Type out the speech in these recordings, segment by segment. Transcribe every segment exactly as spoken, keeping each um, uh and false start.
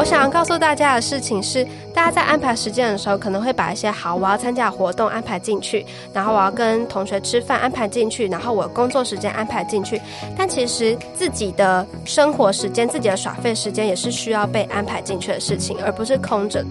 我想要告诉大家的事情是，大家在安排时间的时候，可能会把一些好我要参加的活动安排进去，然后我要跟同学吃饭安排进去，然后我工作时间安排进去，但其实自己的生活时间、自己的耍废时间也是需要被安排进去的事情，而不是空着。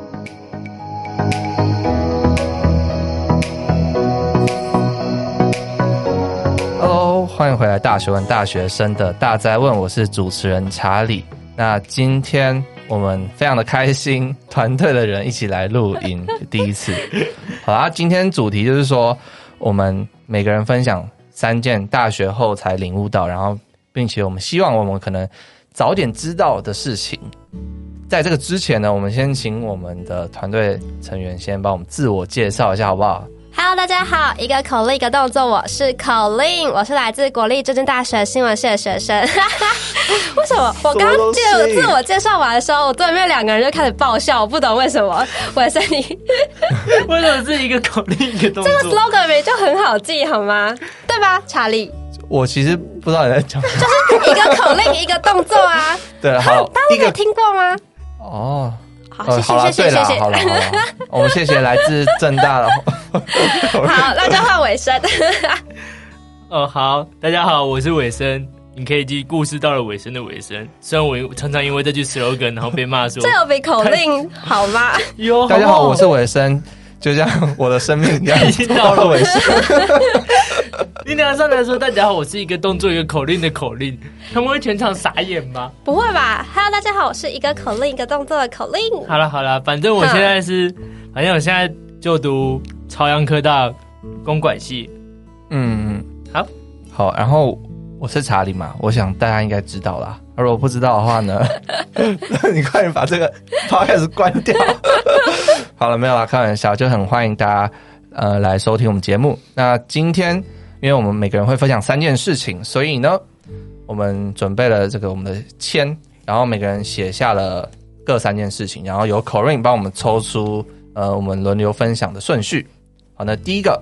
Hello， 欢迎回来大学问大学生的大哉问，我是主持人查理。那今天我们非常的开心，团队的人一起来录音，第一次。好啦，今天主题就是说，我们每个人分享三件大学后才领悟到，然后并且我们希望我们可能早点知道的事情。在这个之前呢，我们先请我们的团队成员先帮我们自我介绍一下，好不好 ？Hello， 大家好，一个口令一个动作，我是口令，我是来自国立政治大学新闻系的学生。为什么我刚刚介自我介绍完的时候，我对面两个人就开始爆笑，我不懂为什么。我是你， 为什么是一个口令一个动作？ 这个 slogan 名就很好记，好吗？对吧，查理？ 我其实不知道你在讲什么， 就是一个口令一个动作啊。 对了，好， 大家有听过吗？ 哦。 好，谢谢、呃、谢谢谢谢。 好了好了，我们谢谢来自政大的。 好，那就换尾声。 哦，好，大家好，我是尾声。你可以记故事到了尾声的尾声。虽然我常常因为这句 slogan 然后被骂说， 这有比口令好吗？ 有。 大家好，我是尾声。就像我的生命一样到了尾声。 你等下上来说大家好，我是一个动作一个口令的口令，他们会全场傻眼吗？ 不会吧 ？Hello， 大家好，我是一个口令一个动作的口令。 好了好了，反正我现在是，反正我现在就读朝阳科大公管系。 嗯， 好， 好，然后我是查理嘛，我想大家应该知道啦。如果不知道的话呢，你快点把这个 podcast 关掉。好了，没有啦，开玩笑，就很欢迎大家呃来收听我们节目。那今天因为我们每个人会分享三件事情，所以呢，我们准备了这个我们的签，然后每个人写下了各三件事情，然后由 Corinne 帮我们抽出呃我们轮流分享的顺序。好，那第一个，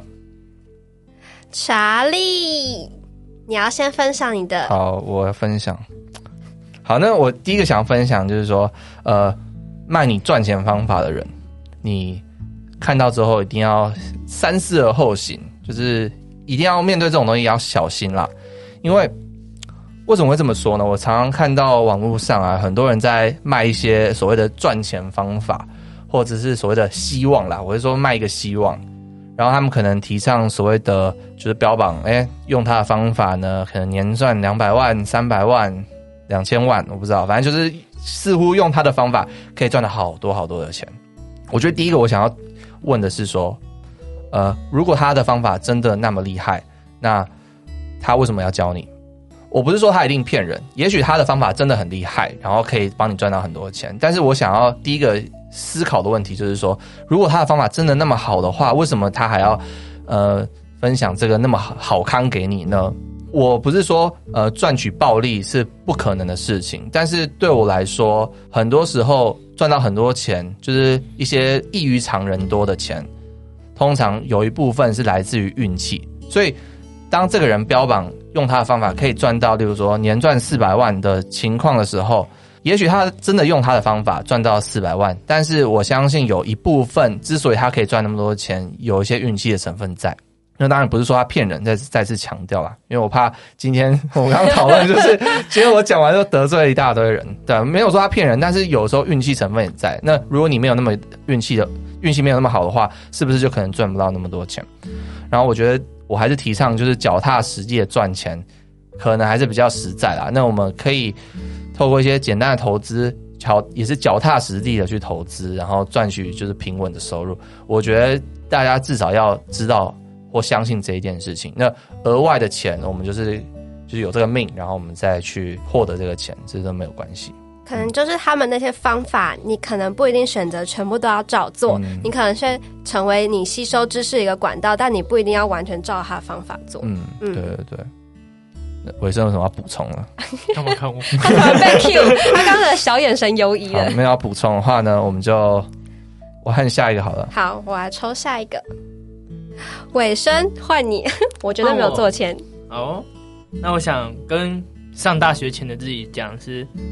查理，你要先分享你的。 好，我分享。好，那我第一个想要分享就是说，呃，卖你赚钱方法的人，你看到之后一定要三思而后行，就是一定要面对这种东西要小心啦。因为为什么会这么说呢？我常常看到网络上啊，很多人在卖一些所谓的赚钱方法，或者是所谓的希望啦，我是说卖一个希望。然后他们可能提倡所谓的就是标榜，哎，用他的方法呢，可能年赚两百万、三百万、两千万，我不知道，反正就是似乎用他的方法可以赚到好多好多的钱。我觉得第一个我想要问的是说，呃，如果他的方法真的那么厉害，那他为什么要教你？我不是说他一定骗人，也许他的方法真的很厉害，然后可以帮你赚到很多钱。但是我想要第一个思考的问题就是说，如果他的方法真的那么好的话，为什么他还要呃分享这个那么好好康给你呢？我不是说呃赚取暴利是不可能的事情，但是对我来说，很多时候赚到很多钱，就是一些异于常人多的钱，通常有一部分是来自于运气。所以当这个人标榜用他的方法可以赚到例如说年赚四百万的情况的时候，也许他真的用他的方法赚到四百万，但是我相信有一部分之所以他可以赚那么多钱，有一些运气的成分在。那当然不是说他骗人，再再次强调啦，因为我怕今天我们刚刚讨论就是其实我讲完就得罪了一大堆人，对，没有说他骗人，但是有时候运气成分也在。那如果你没有那么运气的运气没有那么好的话，是不是就可能赚不到那么多钱？然后我觉得我还是提倡就是脚踏实地的赚钱，可能还是比较实在啦。那我们可以透过一些简单的投资，也是脚踏实地的去投资，然后赚取就是平稳的收入。我觉得大家至少要知道或相信这一件事情。那额外的钱，我们就是就是有这个命，然后我们再去获得这个钱，这都没有关系。 可能就是他们那些方法，你可能不一定选择全部都要照做，嗯、你可能是成为你吸收知识一个管道，但你不一定要完全照他的方法做。 嗯，嗯对对对。尾声有什么要补充了？ 干嘛看我？ 他突然被 Q， 他刚才的小眼神犹疑了。 没有要补充的话呢，我们就我看下一个好了。 好，我来抽下一个。尾声换你，我绝对没有做签。 哦，那我想跟上大学前的自己讲是，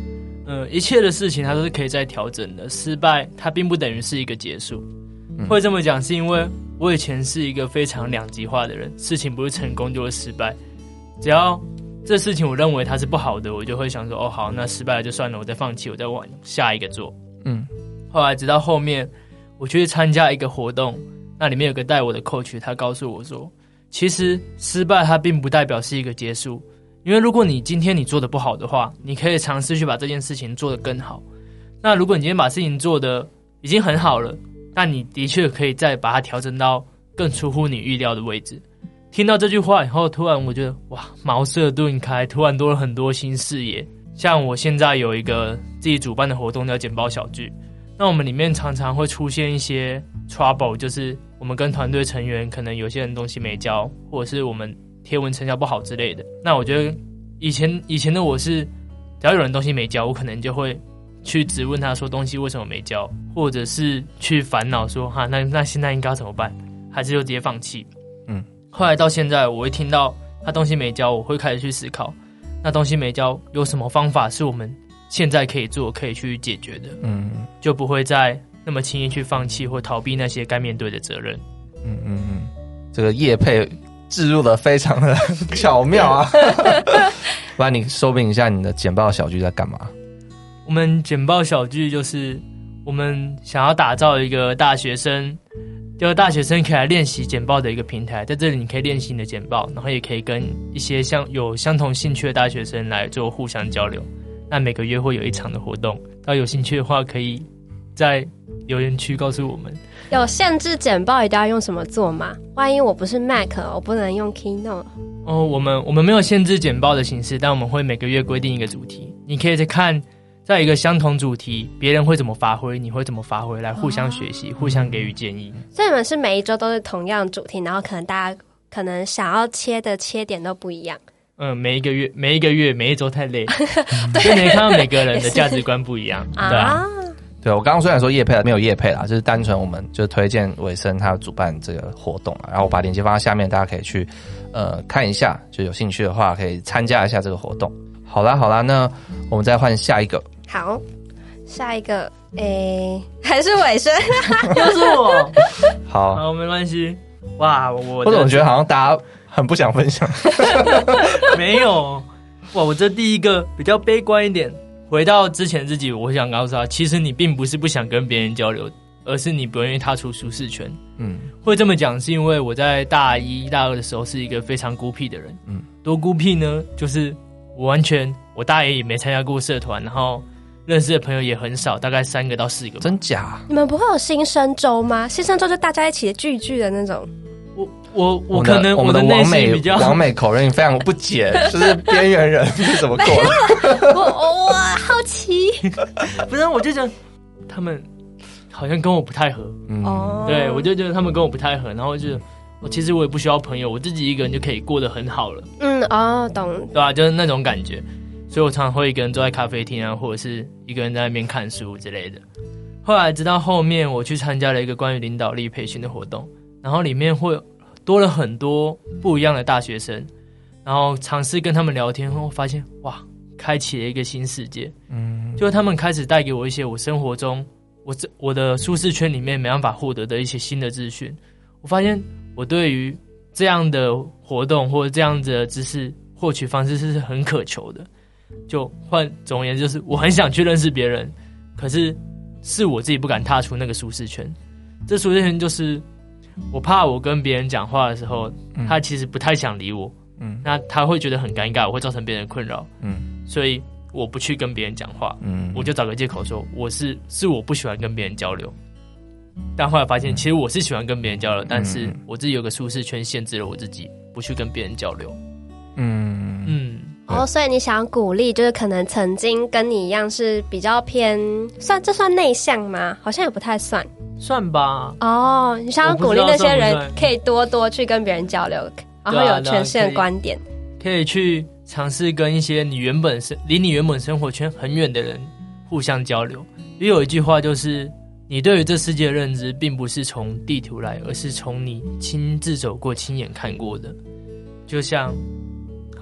嗯，一切的事情它都是可以再调整的，失败它并不等于是一个结束。嗯、会这么讲是因为我以前是一个非常两极化的人，事情不是成功就是失败，只要这事情我认为它是不好的，我就会想说哦好，那失败了就算了，我再放弃，我再往下一个做。嗯，后来直到后面我去参加一个活动，那里面有个带我的 coach， 他告诉我说，其实失败它并不代表是一个结束，因为如果你今天你做的不好的话，你可以尝试去把这件事情做得更好。那如果你今天把事情做得已经很好了，但你的确可以再把它调整到更出乎你预料的位置。听到这句话以后，突然我觉得哇，茅塞顿开，突然多了很多新视野。像我现在有一个自己主办的活动叫简报小聚，那我们里面常常会出现一些 trouble， 就是我们跟团队成员可能有些人东西没交，或者是我们贴文成效不好之类的。那我觉得以前以前的我是，只要有人东西没交，我可能就会去质问他说东西为什么没交，或者是去烦恼说哈那那现在应该怎么办，还是就直接放弃。嗯，后来到现在，我会听到他东西没交，我会开始去思考，那东西没交有什么方法是我们现在可以做、可以去解决的。嗯，就不会再那么轻易去放弃或逃避那些该面对的责任。 嗯嗯嗯，这个业配置入的非常的巧妙啊！不然你说明一下你的简报小聚在干嘛？ 我们简报小聚就是我们想要打造一个大学生，就大学生可以来练习简报的一个平台，在这里你可以练习你的简报，然后也可以跟一些像有相同兴趣的大学生来做互相交流。那每个月会有一场的活动，到有兴趣的话可以在留言区告诉我们。 有限制简报一定要用什么做吗？万一我不是 Mac， 我不能用 Keynote。 哦，我们我们没有限制简报的形式，但我们会每个月规定一个主题，你可以再看在一个相同主题，别人会怎么发挥，你会怎么发挥，来互相学习、哦、互相给予建议。 所以你们是每一周都是同样主题，然后可能大家可能想要切的切点都不一样。 嗯，每一个月每一个月每一周太累就你看到每个人的价值观不一样。对啊， 对，我刚刚虽然说业配没有业配啦，就是单纯我们就推荐伟生他主办这个活动啦，然后我把链接放在下面，大家可以去呃看一下，就有兴趣的话可以参加一下这个活动。好啦好啦，那我们再换下一个。 好，下一个诶还是伟生又是我好好没关系。哇，我我怎么觉得好像大家很不想分享没有哇，我这第一个比较悲观一点。回到之前自己，我想告诉他，其实你并不是不想跟别人交流，而是你不愿意踏出舒适圈。嗯，会这么讲是因为我在大一大二的时候是一个非常孤僻的人。嗯，多孤僻呢？就是我完全我大一也没参加过社团，然后认识的朋友也很少，大概三个到四个。 真假？ 你们不会有新生周吗？新生周就大家一起聚聚的那种。 我我我可能我们的内网美心比较网美口令非常不解，就是边缘人是怎么过的？ 我我好奇， 不是，我就觉得他们好像跟我不太合。嗯，对，我就觉得他们跟我不太合，然后就我其实我也不需要朋友，我自己一个人就可以过得很好了。 嗯，哦，懂， 对吧、啊？就是那种感觉，所以我常常会一个人坐在咖啡厅啊，或者是一个人在那边看书之类的。后来直到后面我去参加了一个关于领导力培训的活动。然后里面会多了很多不一样的大学生，然后尝试跟他们聊天后，发现哇，开启了一个新世界。嗯，就他们开始带给我一些我生活中我这我的舒适圈里面没办法获得的一些新的资讯。我发现我对于这样的活动或者这样子的知识获取方式是很渴求的。就换总而言之，就是我很想去认识别人，可是是我自己不敢踏出那个舒适圈。这舒适圈就是我怕我跟别人讲话的时候，嗯、他其实不太想理我，嗯，那他会觉得很尴尬，我会造成别人困扰，嗯，所以我不去跟别人讲话，嗯，我就找个借口说我是是我不喜欢跟别人交流。但后来发现，其实我是喜欢跟别人交流，嗯、但是我自己有个舒适圈限制了我自己，不去跟别人交流。嗯嗯。哦，所以你想鼓励，就是可能曾经跟你一样是比较偏，算这算内向吗？好像也不太算， 算吧。 哦，你想要鼓励那些人可以多多去跟别人交流，然后有全新的观点， 可以去尝试跟一些你原本是离你原本生活圈很远的人互相交流。因为有一句话就是，你对于这世界的认知并不是从地图来，而是从你亲自走过、亲眼看过的。就像。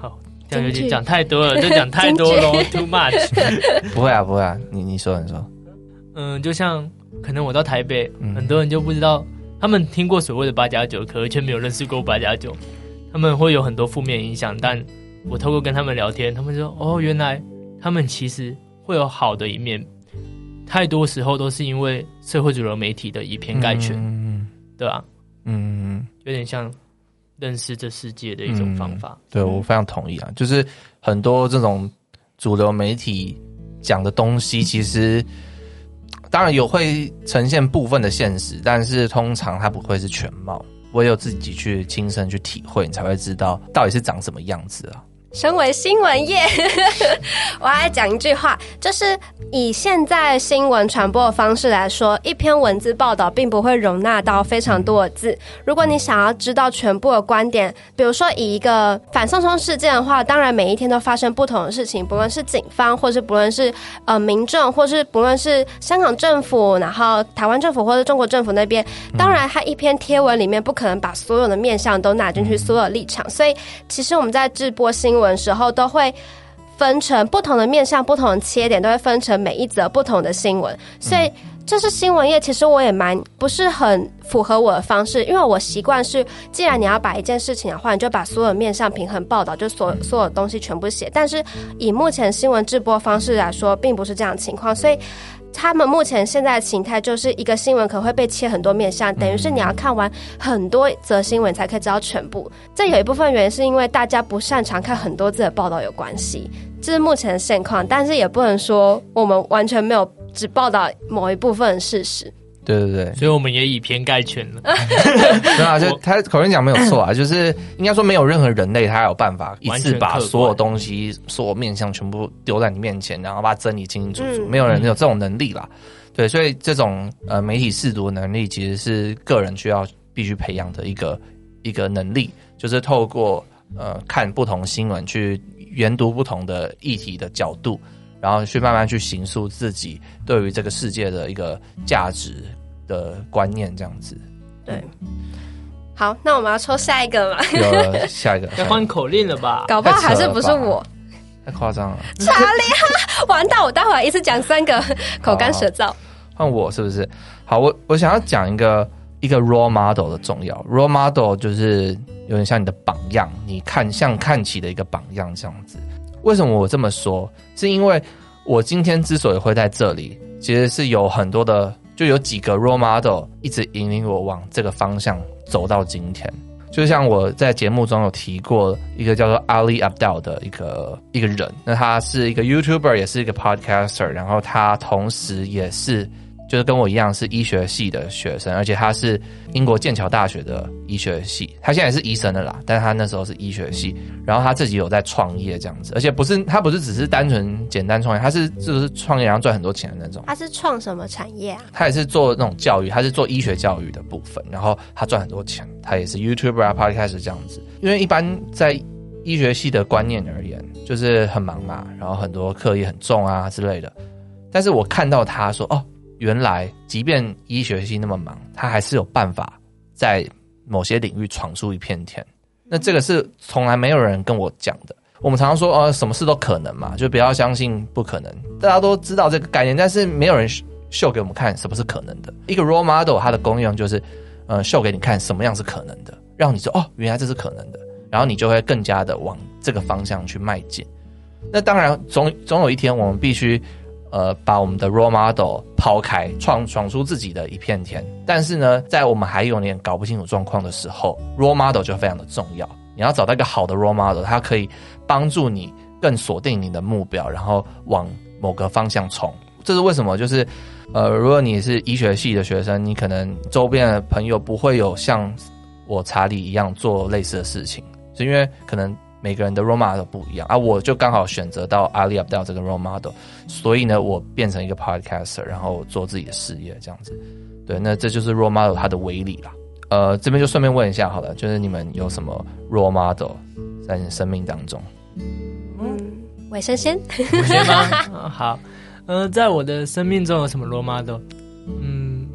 这样有点讲太多了，就讲太多咯too much 不会啊不会啊，你你说你说。 嗯，就像可能我到台北、嗯、很多人就不知道，他们听过所谓的八加九，可是却没有认识过八加九，他们会有很多负面影响，但我透过跟他们聊天，他们说哦，原来他们其实会有好的一面，太多时候都是因为社会主流媒体的以偏概全、嗯、对吧、啊、嗯，有点像认识这世界的一种方法、嗯、 对，我非常同意啊，就是很多这种主流媒体讲的东西其实当然有会呈现部分的现实，但是通常它不会是全貌，唯有自己去亲身去体会，你才会知道到底是长什么样子啊。 身为新闻业我还讲一句话，就是以现在新闻传播的方式来说，一篇文字报道并不会容纳到非常多的字，如果你想要知道全部的观点，比如说以一个反送中事件的话，当然每一天都发生不同的事情，不论是警方或是不论是呃民众，或是不论是香港政府，然后台湾政府或是中国政府那边，当然它一篇贴文里面不可能把所有的面向都纳进去，所有的立场，所以其实我们在直播新闻的时候都会分成不同的面向，不同的切点，都会分成每一则不同的新闻，所以这是新闻业其实我也蛮不是很符合我的方式，因为我习惯是既然你要把一件事情的话，你就把所有面向平衡报道，就所所有东西全部写，但是以目前新闻直播方式来说并不是这样的情况，所以他们目前现在的形态就是一个新闻可能会被切很多面向，等于是你要看完很多则新闻才可以知道全部，这有一部分原因是因为大家不擅长看很多字的报道有关系，这是目前的现况，但是也不能说我们完全没有只报道某一部分的事实。 对对对， 所以我们也以偏概全了对啊，就他口人讲没有错啊，就是应该说没有任何人类他有办法一次把所有东西所有面向全部丢在你面前，然后把它整理清清楚楚、嗯、没有人有这种能力啦。对，所以这种呃媒体识读能力其实是个人需要必须培养的一个一个能力，就是透过呃看不同新闻去研读不同的议题的角度，然后去慢慢去形塑自己对于这个世界的一个价值的观念，这样子。 对，好，那我们要抽下一个嘛？ 有了，下一个要换口令了吧？ 搞不好还是不是我？ 太夸张了， 查理啊！完蛋，我待会儿一次讲三个，口干舌燥。 换我是不是？好，我我想要讲一个一个 role model 的重要。role model 就是有点像你的榜样，你看像看齐的一个榜样这样子。为什么我这么说？是因为我今天之所以会在这里，其实是有很多的，就有几个 role model 一直引领我往这个方向走到今天。就像我在节目中有提过一个叫做 Ali Abdaal 的一个一个人，那他是一个 YouTuber， 也是一个 Podcaster， 然后他同时也是就是跟我一样是医学系的学生，而且他是英国剑桥大学的医学系，他现在也是医生的啦，但是他那时候是医学系，然后他自己有在创业这样子，而且不是他不是只是单纯简单创业，他是就是创业然后赚很多钱的那种。 他是创什么产业啊？ 他也是做那种教育，他是做医学教育的部分，然后他赚很多钱，他也是 YouTuber 啊 Podcast 这样子。因为一般在医学系的观念而言，就是很忙嘛，然后很多课业很重啊之类的，但是我看到他说哦，原来即便医学系那么忙，他还是有办法在某些领域闯出一片天。那这个是从来没有人跟我讲的。我们常常说呃，什么事都可能嘛，就不要相信不可能。大家都知道这个概念，但是没有人秀给我们看什么是可能的。一个 role model 它的功用就是呃，秀给你看什么样是可能的，让你说哦，原来这是可能的，然后你就会更加的往这个方向去迈进。那当然总总有一天我们必须呃，把我们的 role model 抛开，闯闯出自己的一片天。但是呢，在我们还有点搞不清楚状况的时候 ，role model 就非常的重要。你要找到一个好的 role model， 它可以帮助你更锁定你的目标，然后往某个方向冲。这是为什么？就是呃，如果你是医学系的学生，你可能周边的朋友不会有像我查理一样做类似的事情，是因为可能每个人的 role model 不一样啊，我就刚好选择到 Ali Abdaal 这个 role model， 所以呢，我变成一个 podcaster， 然后做自己的事业这样子。对，那这就是 role model 它的威力啦。呃，这边就顺便问一下好了，就是你们有什么 role model 在你生命当中？ 嗯，伟生先， 我先吗？好，呃，在我的生命中有什么 role model？嗯，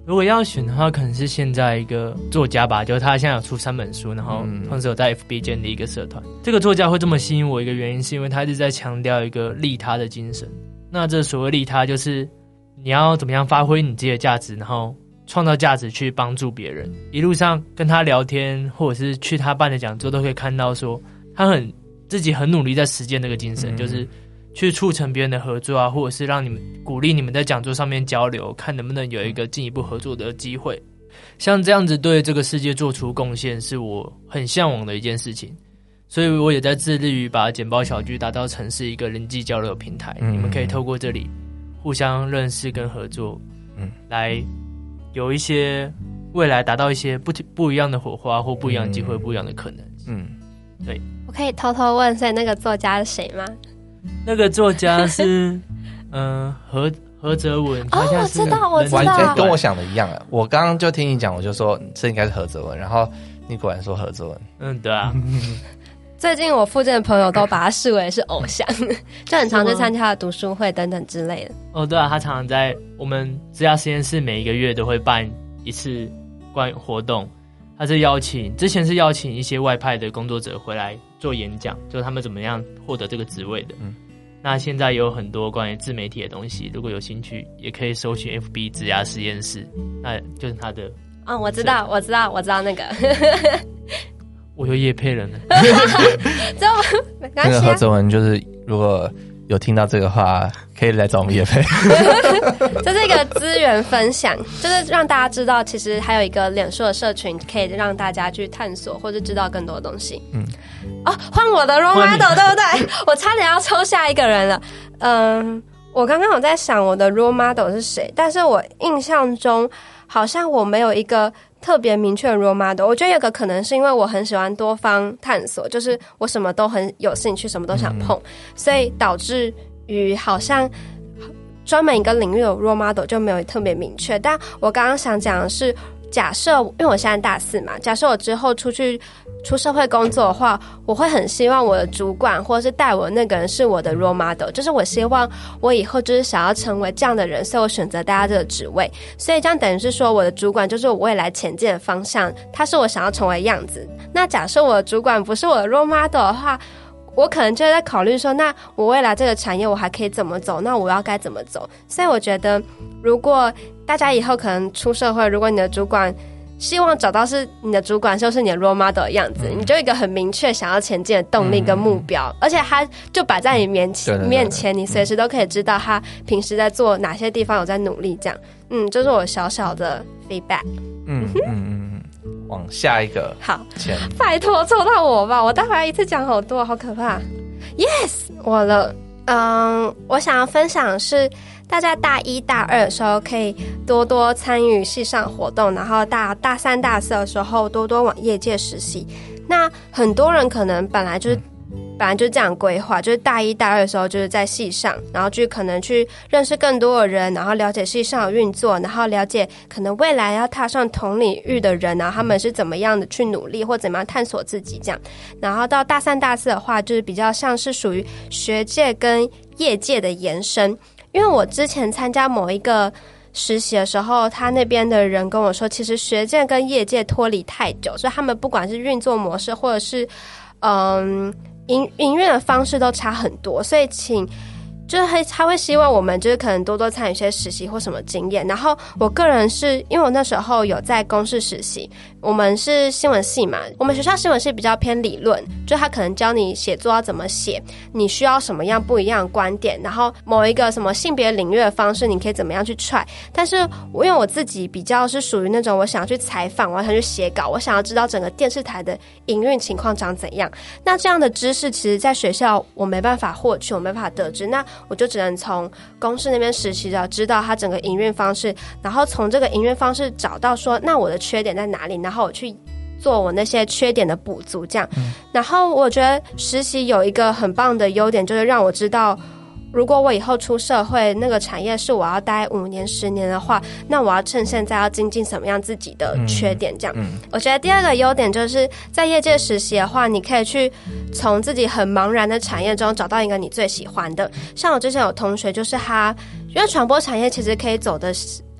如果要选的话，可能是现在一个作家吧，就是他现在有出三本书，然后同时有在 F B 建立一个社团。这个作家会这么吸引我一个原因，是因为他一直在强调一个利他的精神。那这所谓利他，就是你要怎么样发挥你自己的价值，然后创造价值去帮助别人。一路上跟他聊天，或者是去他办的讲座，都可以看到说他很自己很努力在实践这个精神，嗯、就是去促成别人的合作啊，或者是让你们鼓励你们在讲座上面交流，看能不能有一个进一步合作的机会。像这样子对这个世界做出贡献，是我很向往的一件事情。所以我也在致力于把简报小聚打造成是一个人际交流平台，嗯、你们可以透过这里互相认识跟合作，嗯，来有一些未来达到一些不不一样的火花或不一样的机会，嗯、不一样的可能。嗯，对。 我可以偷偷问，所以那个作家是谁吗？ 那个作家是嗯、呃、何何哲文。 哦，我知道，我知道， 完全跟我想的一样啊！我刚刚就听你讲，我就说这应该是何哲文，然后你果然说何哲文。 嗯，对啊。 最近我附近的朋友都把他视为是偶像，就很常去参加他的读书会等等之类的。 哦，对啊，他常常在我们职涯实验室每一个月都会办一次关于活动，他是邀请之前是邀请一些外派的工作者回来做演讲，就是他们怎么样获得这个职位的。嗯，那现在也有很多关于自媒体的东西，如果有兴趣，也可以搜寻 F B 职涯实验室，那就是他的。 嗯，我知道，我知道，我知道那个。 我有业配人了， 这没关系、啊。 那个何哲文就是如果有听到这个话，可以来找我们业配。 这是一个资源分享，就是让大家知道，其实还有一个脸书的社群，可以让大家去探索或者知道更多的东西。嗯，哦，换我的 role model 对不对？我差点要抽下一个人了。嗯，我刚刚有在想我的 role model 是谁，但是我印象中好像我没有一个特别明确的 role model。 我觉得有个可能是因为我很喜欢多方探索，就是我什么都很有兴趣，什么都想碰、嗯、所以导致于好像专门一个领域的 role model 就没有特别明确。但我刚刚想讲的是，假设因为我现在大四嘛，假设我之后出去出社会工作的话，我会很希望我的主管或者是带我的那个人是我的 role model， 就是我希望我以后就是想要成为这样的人，所以我选择大家这个职位。所以这样等于是说，我的主管就是我未来前进的方向，他是我想要成为的样子。那假设我的主管不是我的 role model 的话，我可能就会在考虑说，那我未来这个产业我还可以怎么走，那我要该怎么走。所以我觉得如果大家以后可能出社会，如果你的主管希望找到是你的主管就是你的 role model 的样子、嗯、你就有一个很明确想要前进的动力跟目标、嗯、而且他就摆在你面前、嗯、面前你随时都可以知道他平时在做哪些地方有在努力，这样嗯，这、就是我小小的 feedback。 嗯嗯嗯，往下一个好，拜托抽到我吧，我待会一次讲好多，好可怕。 Yes 我了。嗯，我想要分享的是大家大一大二的时候可以多多参与系上活动，然后大大三大四的时候多多往业界实习。那很多人可能本来就是本来就这样规划，就是大一大二的时候就是在系上，然后去可能去认识更多的人，然后了解系上的运作，然后了解可能未来要踏上同领域的人，然后他们是怎么样的去努力或怎么样探索自己这样。然后到大三大四的话，就是比较像是属于学界跟业界的延伸。因为我之前参加某一个实习的时候，他那边的人跟我说，其实学界跟业界脱离太久，所以他们不管是运作模式或者是嗯营营运的方式都差很多，所以请就是会他会希望我们就是可能多多参与一些实习或什么经验。然后我个人是因为我那时候有在公视实习，我们是新闻系嘛，我们学校新闻系比较偏理论，就他可能教你写作要怎么写，你需要什么样不一样的观点，然后某一个什么性别领域的方式你可以怎么样去try。但是因为我自己比较是属于那种我想要去采访，我想去写稿，我想要知道整个电视台的营运情况长怎样，那这样的知识其实在学校我没办法获取，我没办法得知，那我就只能从公司那边实习的知道它整个营运方式，然后从这个营运方式找到说那我的缺点在哪里，然后我去做我那些缺点的补足这样、嗯、然后我觉得实习有一个很棒的优点，就是让我知道如果我以后出社会，那个产业是我要待五年十年的话，那我要趁现在要精进什么样自己的缺点这样、嗯嗯、我觉得第二个优点就是在业界实习的话，你可以去从自己很茫然的产业中找到一个你最喜欢的。像我之前有同学就是他因为传播产业其实可以走的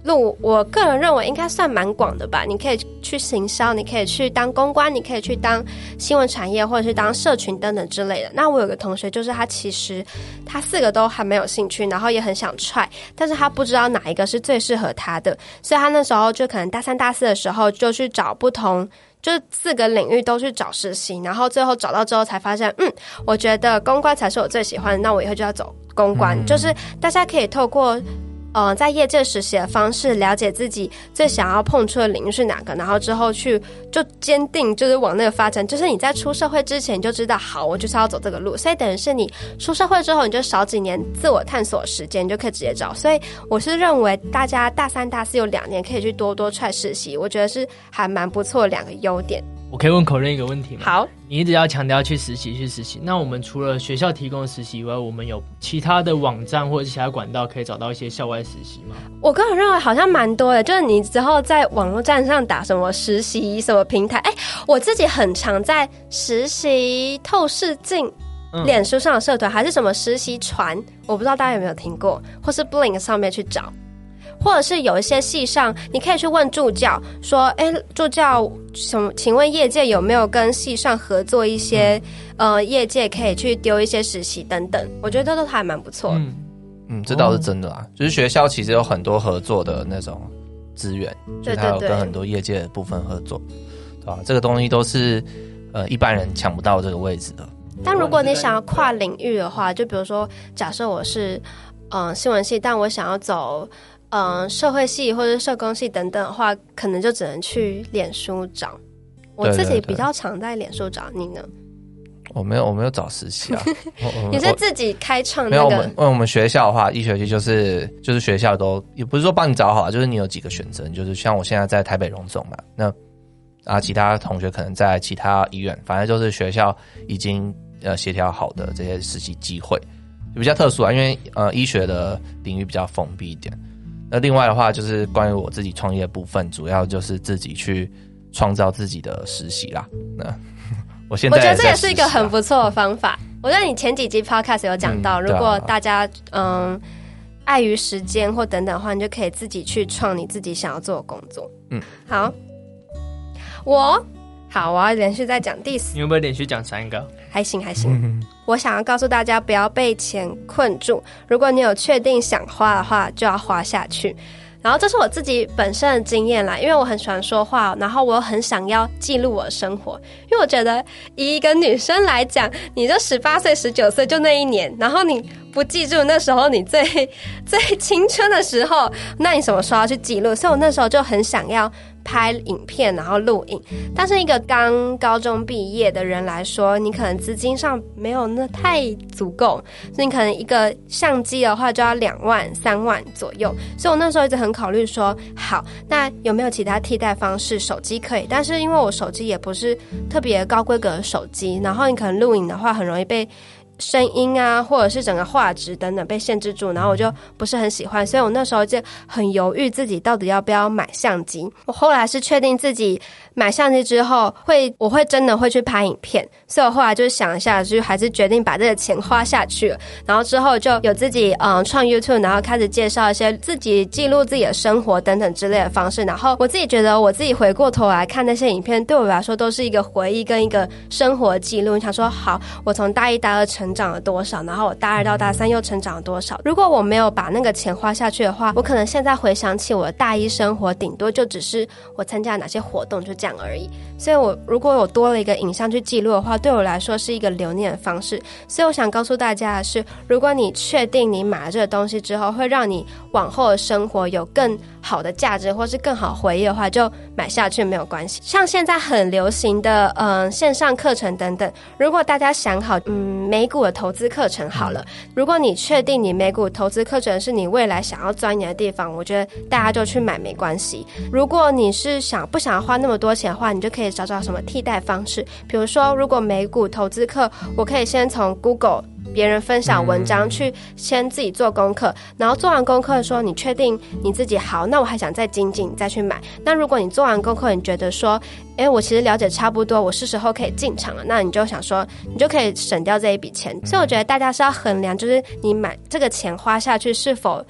路我个人认为应该算蛮广的吧，你可以去行销，你可以去当公关，你可以去当新闻产业或者是当社群等等之类的。那我有个同学就是他其实他四个都还没有兴趣，然后也很想 try， 但是他不知道哪一个是最适合他的，所以他那时候就可能大三大四的时候就去找不同就是四个领域都去找实习，然后最后找到之后才发现嗯，我觉得公关才是我最喜欢的，那我以后就要走公关、嗯、就是大家可以透过呃，在业界实习的方式了解自己最想要碰触的领域是哪个，然后之后去就坚定就是往那个发展，就是你在出社会之前你就知道好我就是要走这个路，所以等于是你出社会之后你就少几年自我探索时间，你就可以直接找。所以我是认为大家大三大四有两年可以去多多try实习，我觉得是还蛮不错的两个优点。 我可以问口任一个问题吗？ 好， 你一直要强调去实习去实习，那我们除了学校提供的实习以外，我们有其他的网站或者其他管道可以找到一些校外实习吗？ 我个人认为好像蛮多的，就是你之后在网络站上打什么实习什么平台，哎，我自己很常在实习透视镜脸书上的社团、嗯、还是什么实习传，我不知道大家有没有听过，或是 Blink 上面去找，或者是有一些系上你可以去问助教说哎，助教什么请问业界有没有跟系上合作一些、嗯、呃，业界可以去丢一些实习等等，我觉得都还蛮不错的。 嗯嗯，这倒是真的啦、哦、就是学校其实有很多合作的那种资源，就是它有跟很多业界的部分合作，对吧？这个东西都是呃一般人抢不到这个位置的。 但如果你想要跨领域的话，就比如说假设我是嗯、呃、新闻系，但我想要走嗯、呃，社会系或者社工系等等的话，可能就只能去脸书找。我自己比较常在脸书找，你呢？ 我没有，我没有找实习啊。 你是自己开创那个？ 没有，我们因为我们学校的话，医学系就是就是学校都也不是说帮你找好，就是你有几个选择，就是像我现在在台北荣总嘛，那啊其他同学可能在其他医院，反正就是学校已经呃协调好的这些实习机会，比较特殊啊，因为呃医学的领域比较封闭一点。那另外的话，就是关于我自己创业的部分，主要就是自己去创造自己的实习啦。那我现在也在实习啊， 我觉得这也是一个很不错的方法。我觉得你前几集 podcast 有讲到、嗯啊、如果大家嗯碍于时间或等等的话，你就可以自己去创你自己想要做的工作。嗯，好，我好，我要连续再讲第四， 你会不会连续讲三个？ 还行还行、嗯、我想要告诉大家不要被钱困住，如果你有确定想花的话就要花下去。然后这是我自己本身的经验啦，因为我很喜欢说话，然后我又很想要记录我的生活，因为我觉得以一个女生来讲，你就十八岁十九岁就那一年，然后你不记住那时候你最最青春的时候，那你什么时候要去记录？所以我那时候就很想要拍影片然后录影，但是一个刚高中毕业的人来说，你可能资金上没有那太足够，所以你可能一个相机的话就要两万三万左右，所以我那时候一直很考虑说好，那有没有其他替代方式？手机可以，但是因为我手机也不是特别高规格的手机，然后你可能录影的话很容易被声音啊或者是整个画质等等被限制住，然后我就不是很喜欢，所以我那时候就很犹豫自己到底要不要买相机。我后来是确定自己买相机之后会我会真的会去拍影片，所以我后来就想一下，就还是决定把这个钱花下去了。然后之后就有自己嗯创 YouTube， 然后开始介绍一些自己记录自己的生活等等之类的方式。然后我自己觉得我自己回过头来看那些影片，对我来说都是一个回忆跟一个生活记录。你想说好，我从大一大二成长了多少，然后我大二到大三又成长了多少。如果我没有把那个钱花下去的话，我可能现在回想起我的大一生活，顶多就只是我参加哪些活动就这样而已。所以我如果有多了一个影像去记录的话，对我来说是一个留念的方式。所以我想告诉大家的是，如果你确定你买了这个东西之后会让你往后的生活有更好的价值或是更好回忆的话，就买下去没有关系。像现在很流行的嗯线上课程等等，如果大家想好嗯美股的投资课程好了，如果你确定你美股投资课程是你未来想要钻研的地方，我觉得大家就去买没关系。如果你是想不想要花那么多钱的话，你就可以找找什么替代方式。比如说如果美股投资课，我可以先从 Google别人分享文章去先自己做功课，然后做完功课的时候你确定你自己好，那我还想再精进再去买。那如果你做完功课你觉得说诶我其实了解差不多，我是时候可以进场了，那你就想说你就可以省掉这一笔钱。所以我觉得大家是要衡量，就是你买这个钱花下去是否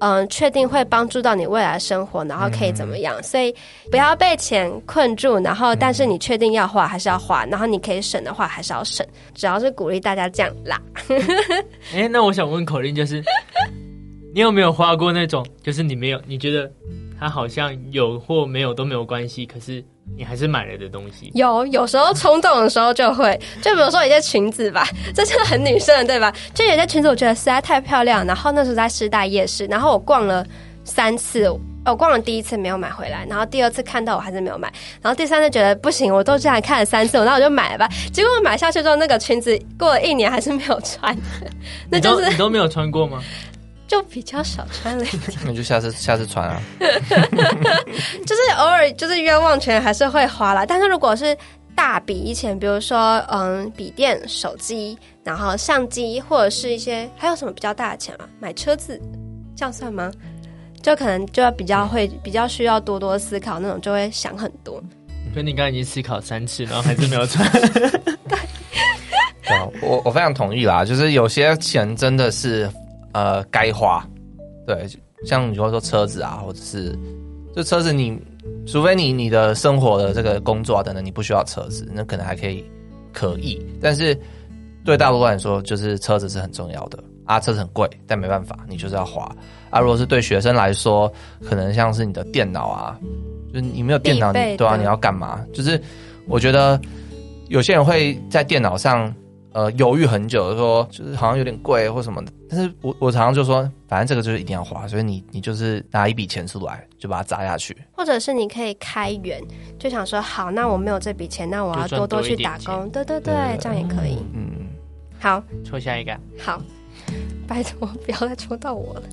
嗯，确定会帮助到你未来的生活，然后可以怎么样？嗯、所以不要被钱困住，然后但是你确定要花还是要花，然后你可以省的话还是要省，主要是鼓励大家这样啦。 哎、欸，那我想问口令就是，你有没有花过那种，就是你没有，你觉得它好像有或没有都没有关系，可是你还是买了的东西？ 有，有时候冲动的时候就会，就比如说有些裙子吧，这是很女生的对吧？就有些裙子我觉得实在太漂亮，然后那时候在师大夜市，然后我逛了三次，我逛了第一次没有买回来，然后第二次看到我还是没有买，然后第三次觉得不行，我都这样看了三次，那我就买了吧。结果我买下去之后，那个裙子过了一年还是没有穿，那就是你, 你都没有穿过吗？ 就比较少穿了一点， 那就下次下次穿啊。 就是偶尔就是冤枉钱还是会花啦，但是如果是大笔钱，比如说嗯笔电、手机，然后相机，或者是一些还有什么比较大的钱啊？买车子，这样算吗？就可能就要比较会比较需要多多思考那种，就会想很多。 所以你刚才已经思考三次，然后还是没有穿。 对， 对啊，我我非常同意啦，就是有些钱真的是。呃，该花，对，像你说说车子啊，或者是就车子你，除非你你的生活的这个工作啊等等，你不需要车子，那可能还可以可以，但是对大多数人来说，就是车子是很重要的啊，车子很贵，但没办法，你就是要花啊。如果是对学生来说，可能像是你的电脑啊，就是你没有电脑，你对啊，你要干嘛？就是我觉得有些人会在电脑上。呃，犹豫很久，说就是好像有点贵或什么的，但是我我常常就说，反正这个就是一定要花，所以你你就是拿一笔钱出来，就把它砸下去， 或者是你可以开源，就想说，好，那我没有这笔钱，那我要多多去打工，对对对，这样也可以。嗯，好， 抽下一个， 好，拜托不要再抽到我了。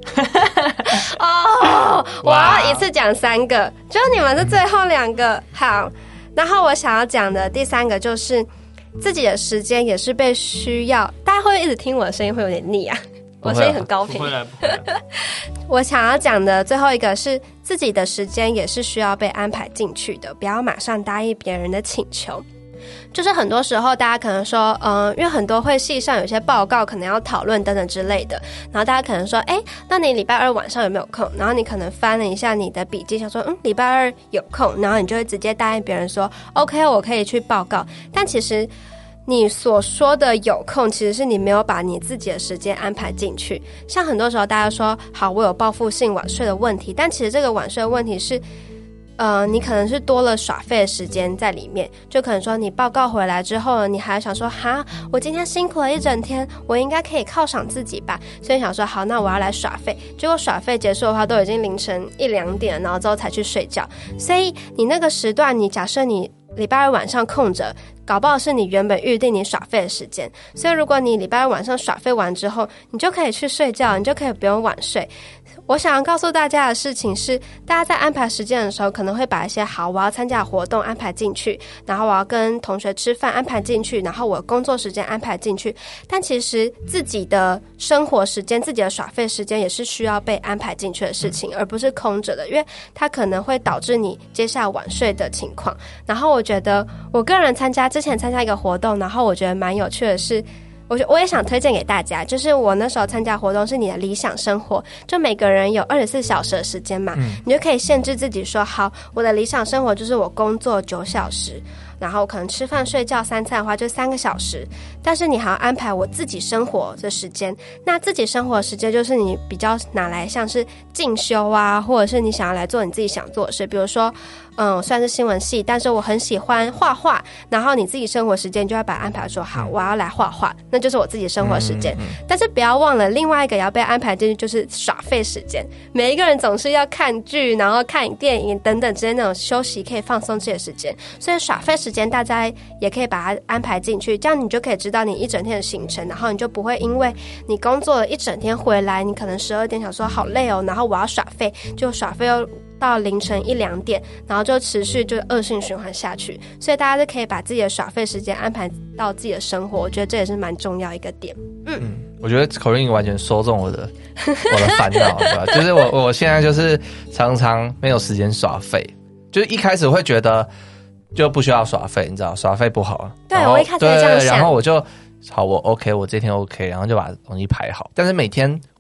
哦，我要一次讲三个，就你们是最后两个。好，然后我想要讲的第三个就是。自己的时间也是被需要，大家会不会一直听我的声音会有点腻啊？我声音很高频。 不会来，不会来。 我想要讲的最后一个是，自己的时间也是需要被安排进去的，不要马上答应别人的请求。就是很多时候大家可能说嗯，因为很多会系上有些报告可能要讨论等等之类的，然后大家可能说哎，那你礼拜二晚上有没有空？然后你可能翻了一下你的笔记，想说嗯，礼拜二有空，然后你就会直接答应别人说 OK 我可以去报告。但其实你所说的有空，其实是你没有把你自己的时间安排进去。像很多时候大家说好我有报复性晚睡的问题，但其实这个晚睡的问题是呃，你可能是多了耍废的时间在里面，就可能说你报告回来之后呢，你还想说哈，我今天辛苦了一整天，我应该可以犒赏自己吧，所以想说好，那我要来耍废。结果耍废结束的话，都已经凌晨一两点，然后之后才去睡觉。所以你那个时段，你假设你礼拜二晚上空着，搞不好是你原本预定你耍废的时间，所以如果你礼拜二晚上耍废完之后，你就可以去睡觉，你就可以不用晚睡。我想要告诉大家的事情是，大家在安排时间的时候，可能会把一些好我要参加的活动安排进去，然后我要跟同学吃饭安排进去，然后我工作时间安排进去，但其实自己的生活时间、自己的耍废时间也是需要被安排进去的事情，而不是空着的，因为它可能会导致你接下来晚睡的情况。然后我觉得我个人参加之前参加一个活动，然后我觉得蛮有趣的是，我我也想推荐给大家，就是我那时候参加活动是你的理想生活，就每个人有二十四小时的时间嘛、嗯、你就可以限制自己说好，我的理想生活就是我工作九小时，然后可能吃饭睡觉三餐的话就三个小时，但是你还要安排我自己生活的时间。那自己生活的时间就是你比较拿来像是进修啊，或者是你想要来做你自己想做的事，比如说嗯，我虽然是新闻系，但是我很喜欢画画，然后你自己生活时间就要把它安排说好，我要来画画，那就是我自己生活时间、嗯嗯、但是不要忘了另外一个要被安排进去，就是耍废时间。每一个人总是要看剧，然后看电影等等之类那种休息可以放松自己的时间，所以耍废时间大家也可以把它安排进去，这样你就可以知道你一整天的行程，然后你就不会因为你工作了一整天回来，你可能十二点想说好累哦，然后我要耍废，就耍废又到凌晨一两点，然后就持续就恶性循环下去。所以大家就可以把自己的耍废时间安排到自己的生活，我觉得这也是蛮重要一个点。嗯，嗯我觉得口令完全说中我的我的烦恼，对吧？就是我我现在就是常常没有时间耍废，就是一开始会觉得就不需要耍废，你知道耍废不好。 对，我一开始也这样想， 然后我就好，我 OK， 我这天 OK， 然后就把东西排好。但是每天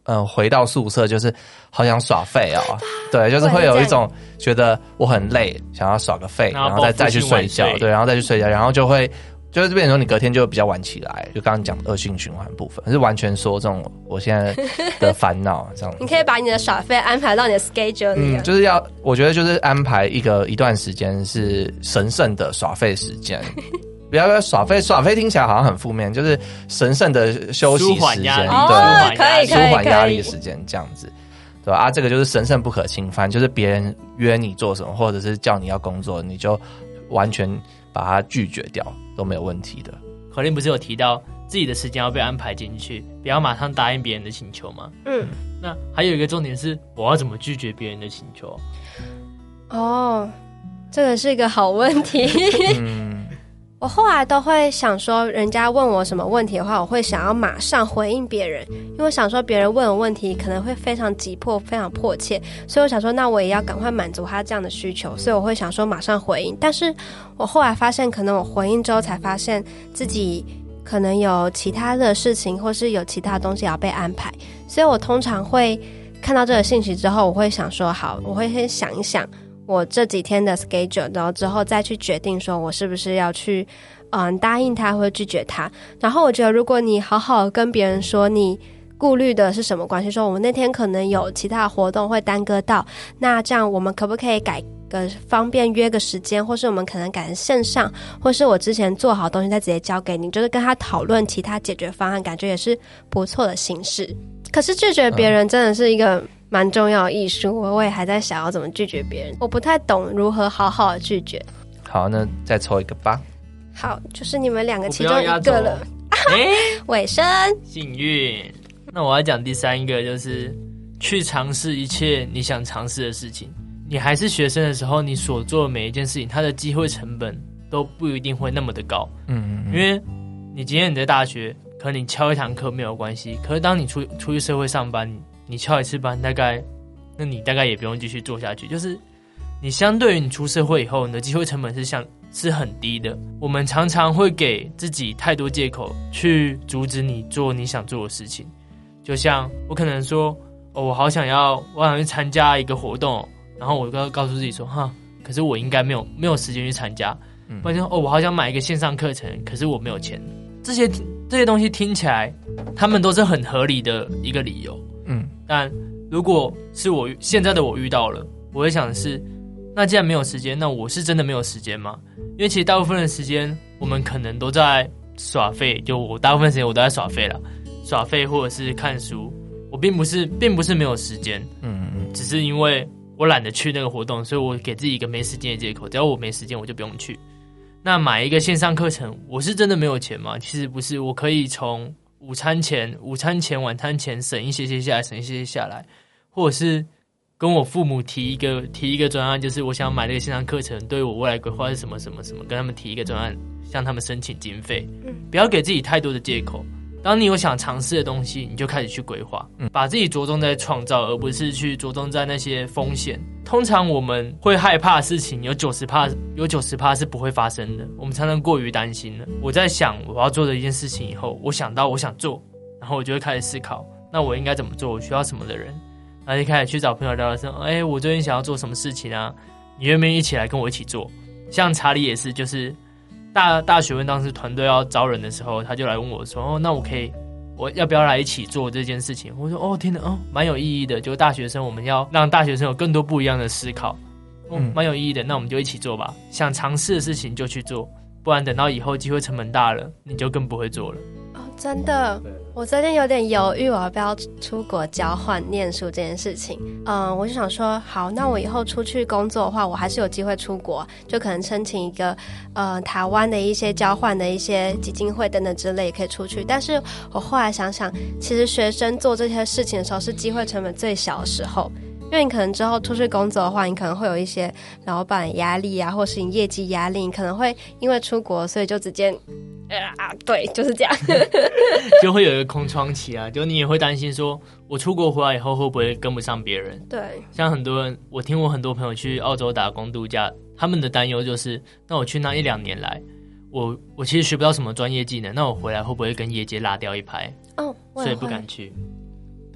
嗯、呃、回到宿舍就是好想耍废哦，对，就是会有一种觉得我很累，想要耍个废，然后再再去睡觉，对，然后再去睡觉，然后就会。就是变成说你隔天就比较晚起来，就刚刚讲的恶性循环部分，是完全说这种我现在的烦恼这样。 你可以把你的耍废安排到你的 schedule 里面， 嗯，就是要我觉得就是安排一个一段时间是神圣的耍废时间。不要耍废，耍废听起来好像很负面，就是神圣的休息时间，对， 哦、可以舒缓压力的时间这样子。对吧？啊，这个就是神圣不可侵犯，就是别人约你做什么，或者是叫你要工作，你就完全把它拒绝掉，都没有问题的。 可令不是有提到自己的时间要被安排进去，不要马上答应别人的请求吗？嗯，那还有一个重点是，我要怎么拒绝别人的请求？ 哦，这个是一个好问题。嗯，我后来都会想说，人家问我什么问题的话，我会想要马上回应别人，因为我想说别人问我问题可能会非常急迫、非常迫切，所以我想说，那我也要赶快满足他这样的需求，所以我会想说马上回应。但是我后来发现，可能我回应之后才发现自己可能有其他的事情，或是有其他的东西要被安排，所以我通常会看到这个信息之后，我会想说，好，我会先想一想。我这几天的 schedule， 然后之后再去决定说我是不是要去嗯答应他或拒绝他。然后我觉得如果你好好跟别人说你顾虑的是什么关系，说我们那天可能有其他的活动会耽搁到，那这样我们可不可以改个方便约个时间，或是我们可能改成线上，或是我之前做好东西再直接交给你，就是跟他讨论其他解决方案，感觉也是不错的形式。可是拒绝别人真的是一个蛮重要的艺术，我也还在想要怎么拒绝别人，我不太懂如何好好的拒绝。 好，那再抽一个吧。 好，就是你们两个其中一个了。 哎， 尾声幸运。那我要讲第三个，就是去尝试一切你想尝试的事情。你还是学生的时候，你所做的每一件事情，它的机会成本都不一定会那么的高。嗯嗯嗯，因为你今天你在大学，可能你翘一堂课没有关系，可是当你出出去社会上班，你翘一次班，大概那你大概也不用继续做下去。就是你相对于你出社会以后，你的机会成本是像是很低的。我们常常会给自己太多借口去阻止你做你想做的事情。就像我可能说，哦，我好想要，我想去参加一个活动，然后我告告诉自己说，哈，可是我应该没有没有时间去参加。嗯，或者说，哦，我好想买一个线上课程，可是我没有钱。这些这些东西听起来，他们都是很合理的一个理由。嗯，但如果是我现在的我遇到了，我会想的是，那既然没有时间，那我是真的没有时间吗？因为其实大部分的时间，我们可能都在耍废，就我大部分时间我都在耍废了，耍废或者是看书。我并不是并不是没有时间，嗯嗯，只是因为我懒得去那个活动，所以我给自己一个没时间的借口。只要我没时间，我就不用去。那买一个线上课程，我是真的没有钱吗？其实不是，我可以从午餐前、午餐前、晚餐前省一些些下来，省一些些下来，或者是跟我父母提一个提一个专案，就是我想买这个线上课程，对我未来规划是什么什么什么，跟他们提一个专案，向他们申请经费。嗯，不要给自己太多的借口。当你有想尝试的东西，你就开始去规划，把自己着重在创造，而不是去着重在那些风险。通常我们会害怕的事情，有 百分之九十 有 百分之九十 是不会发生的，我们常常过于担心了。我在想我要做的一件事情以后，我想到我想做，然后我就会开始思考，那我应该怎么做，我需要什么的人，然后就开始去找朋友聊聊说，哎，我最近想要做什么事情啊，你愿不愿意一起来跟我一起做？像查理也是，就是大大学问当时团队要招人的时候，他就来问我说，哦，那我可以我要不要来一起做这件事情？我说，哦，天哪，哦，蛮有意义的。就大学生，我们要让大学生有更多不一样的思考，哦，蛮有意义的。那我们就一起做吧。想尝试的事情就去做，不然等到以后机会成本大了，你就更不会做了。 哦，真的，我最近有点犹豫，我要不要出国交换念书这件事情。嗯，我就想说，好，那我以后出去工作的话，我还是有机会出国，就可能申请一个呃台湾的一些交换的一些基金会等等之类，也可以出去。但是我后来想想，其实学生做这些事情的时候，是机会成本最小的时候。因为你可能之后出去工作的话，你可能会有一些老板压力啊，或是你业绩压力，你可能会因为出国，所以就直接啊，对，就是这样， 就会有一个空窗期啊，就你也会担心说，我出国回来以后会不会跟不上别人？ 对， 像很多人，我听我很多朋友去澳洲打工度假，他们的担忧就是，那我去那一两年来，我我其实学不到什么专业技能，那我回来会不会跟业界拉掉一拍？哦，所以不敢去。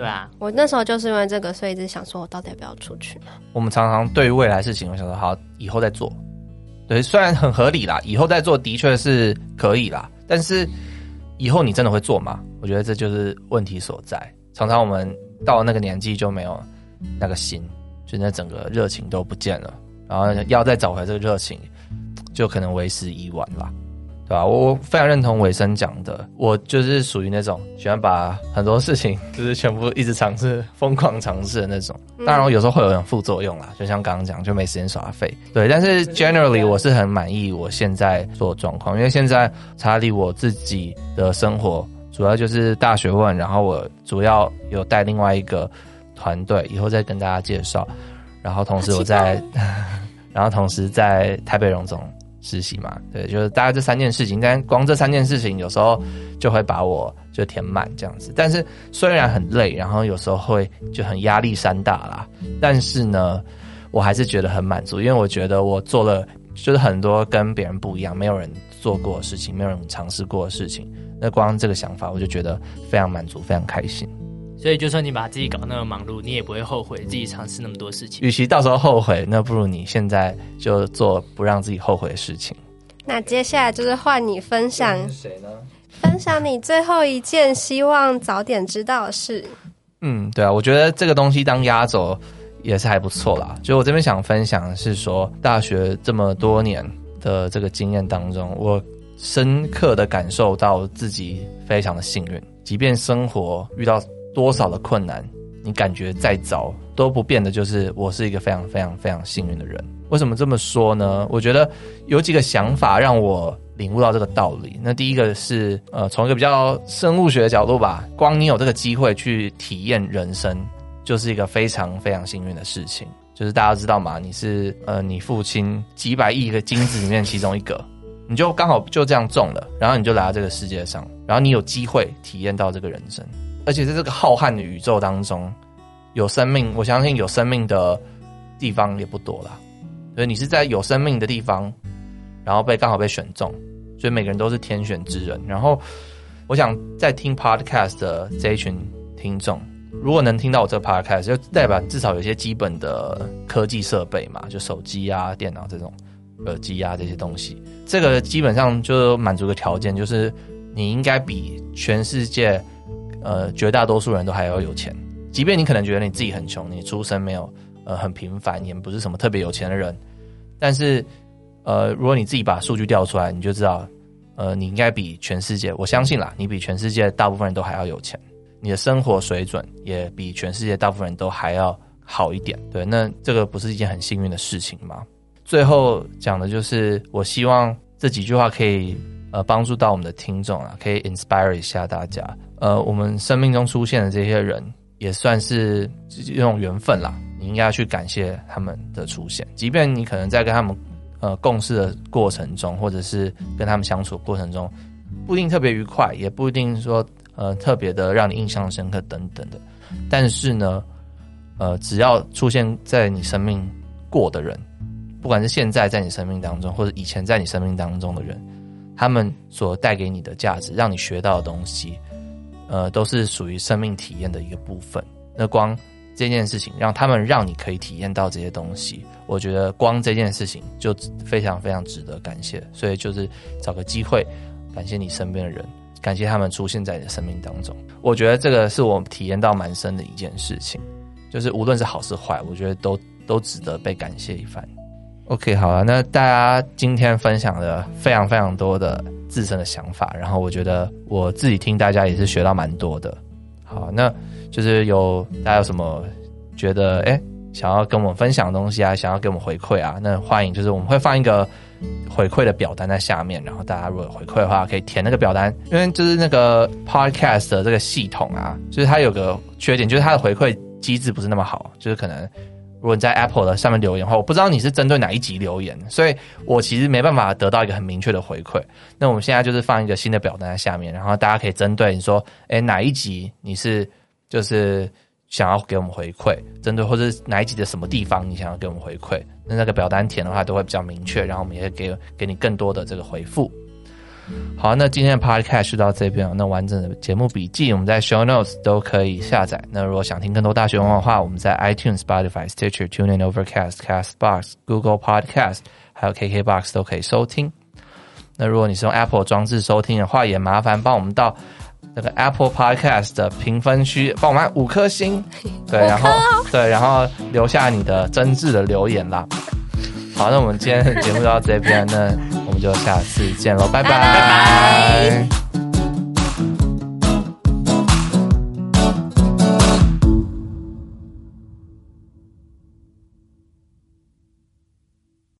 对啊， 我那时候就是因为这个，所以一直想说我到底要不要出去。 我们常常对于未来事情，我想说好，以后再做。对，虽然很合理啦，以后再做的确是可以啦，但是以后你真的会做吗？我觉得这就是问题所在。常常我们到了那个年纪就没有那个心，就那整个热情都不见了，然后要再找回这个热情，就可能为时已晚啦。对吧？我非常认同伟生讲的，我就是属于那种喜欢把很多事情就是全部一直尝试、疯狂尝试的那种。当然，我有时候会有点副作用啦，就像刚刚讲，就没时间耍废。对，但是 generally 我是很满意我现在做的状况，因为现在查理我自己的生活主要就是大学问，然后我主要有带另外一个团队，以后再跟大家介绍。然后同时我在，然后同时在台北荣总实习嘛，对，就是大概这三件事情，但光这三件事情有时候就会把我就填满这样子。但是虽然很累，然后有时候会就很压力山大啦，但是呢，我还是觉得很满足，因为我觉得我做了就是很多跟别人不一样，没有人做过的事情，没有人尝试过的事情。那光这个想法，我就觉得非常满足，非常开心。 所以就算你把自己搞那么忙碌，你也不会后悔自己尝试那么多事情。 与其到时候后悔，那不如你现在就做不让自己后悔的事情。 那接下来就是换你分享， 是谁呢？ 分享你最后一件希望早点知道的事。 嗯，对啊，我觉得这个东西当压轴也是还不错啦。就我这边想分享的是说，大学这么多年的这个经验当中，我深刻的感受到自己非常的幸运，即便生活遇到多少的困难，你感觉再糟都不变的就是我是一个非常非常非常幸运的人。为什么这么说呢？我觉得有几个想法让我领悟到这个道理。那第一个是呃，从一个比较生物学的角度吧，光你有这个机会去体验人生，就是一个非常非常幸运的事情。就是大家知道嘛，你是呃你父亲几百亿个精子里面其中一个，你就刚好就这样中了，然后你就来到这个世界上，然后你有机会体验到这个人生。而且在这个浩瀚的宇宙当中，有生命，我相信有生命的地方也不多啦。所以你是在有生命的地方，然后被刚好被选中，所以每个人都是天选之人。然后我想在听 podcast 的这一群听众，如果能听到我这个 podcast， 就代表至少有一些基本的科技设备嘛，就手机啊、电脑这种耳机啊这些东西。这个基本上就满足个条件，就是你应该比全世界呃，绝大多数人都还要有钱，即便你可能觉得你自己很穷，你出身没有呃很平凡，也不是什么特别有钱的人，但是呃，如果你自己把数据调出来，你就知道，呃，你应该比全世界，我相信啦，你比全世界大部分人都还要有钱，你的生活水准也比全世界大部分人都还要好一点。对，那这个不是一件很幸运的事情吗？最后讲的就是，我希望这几句话可以呃帮助到我们的听众啊，可以 inspire 一下大家。呃，我们生命中出现的这些人，也算是一种缘分啦。你应该要去感谢他们的出现，即便你可能在跟他们呃共事的过程中，或者是跟他们相处的过程中，不一定特别愉快，也不一定说呃特别的让你印象深刻等等的。但是呢，呃，只要出现在你生命过的人，不管是现在在你生命当中，或者以前在你生命当中的人，他们所带给你的价值，让你学到的东西。呃，都是属于生命体验的一个部分。那光这件事情，让他们让你可以体验到这些东西，我觉得光这件事情就非常非常值得感谢。所以就是找个机会，感谢你身边的人，感谢他们出现在你的生命当中。我觉得这个是我体验到蛮深的一件事情，就是无论是好是坏，我觉得都都值得被感谢一番。OK， 好了，那大家今天分享了非常非常多的自身的想法，然后我觉得我自己听大家也是学到蛮多的。好，那就是有大家有什么觉得哎想要跟我们分享的东西啊，想要给我们回馈啊，那欢迎，就是我们会放一个回馈的表单在下面，然后大家如果有回馈的话，可以填那个表单。因为就是那个 podcast 的这个系统啊，就是它有个缺点，就是它的回馈机制不是那么好，就是可能。如果你在 Apple 的上面留言的话，我不知道你是针对哪一集留言，所以我其实没办法得到一个很明确的回馈。那我们现在就是放一个新的表单在下面，然后大家可以针对你说，诶，哪一集你是就是想要给我们回馈，针对或者哪一集的什么地方你想要给我们回馈，那那个表单填的话都会比较明确，然后我们也会给给你更多的这个回复。 好，那今天的 podcast 就到这边，那完整的节目笔记我们在 show notes 都可以下载。那如果想听更多大学问的话，我们在 iTunes、Spotify、Stitcher、TuneIn、Overcast、Castbox、Google Podcast 还有 K K B O X 都可以收听。那如果你是用 Apple 装置收听的话，也麻烦帮我们到那个 Apple Podcast 的评分区帮我们按五颗星，对，然后对，然后留下你的真挚的留言啦。好，那我们今天的节目就到这边，那我们就下次见喽，拜拜。 拜拜。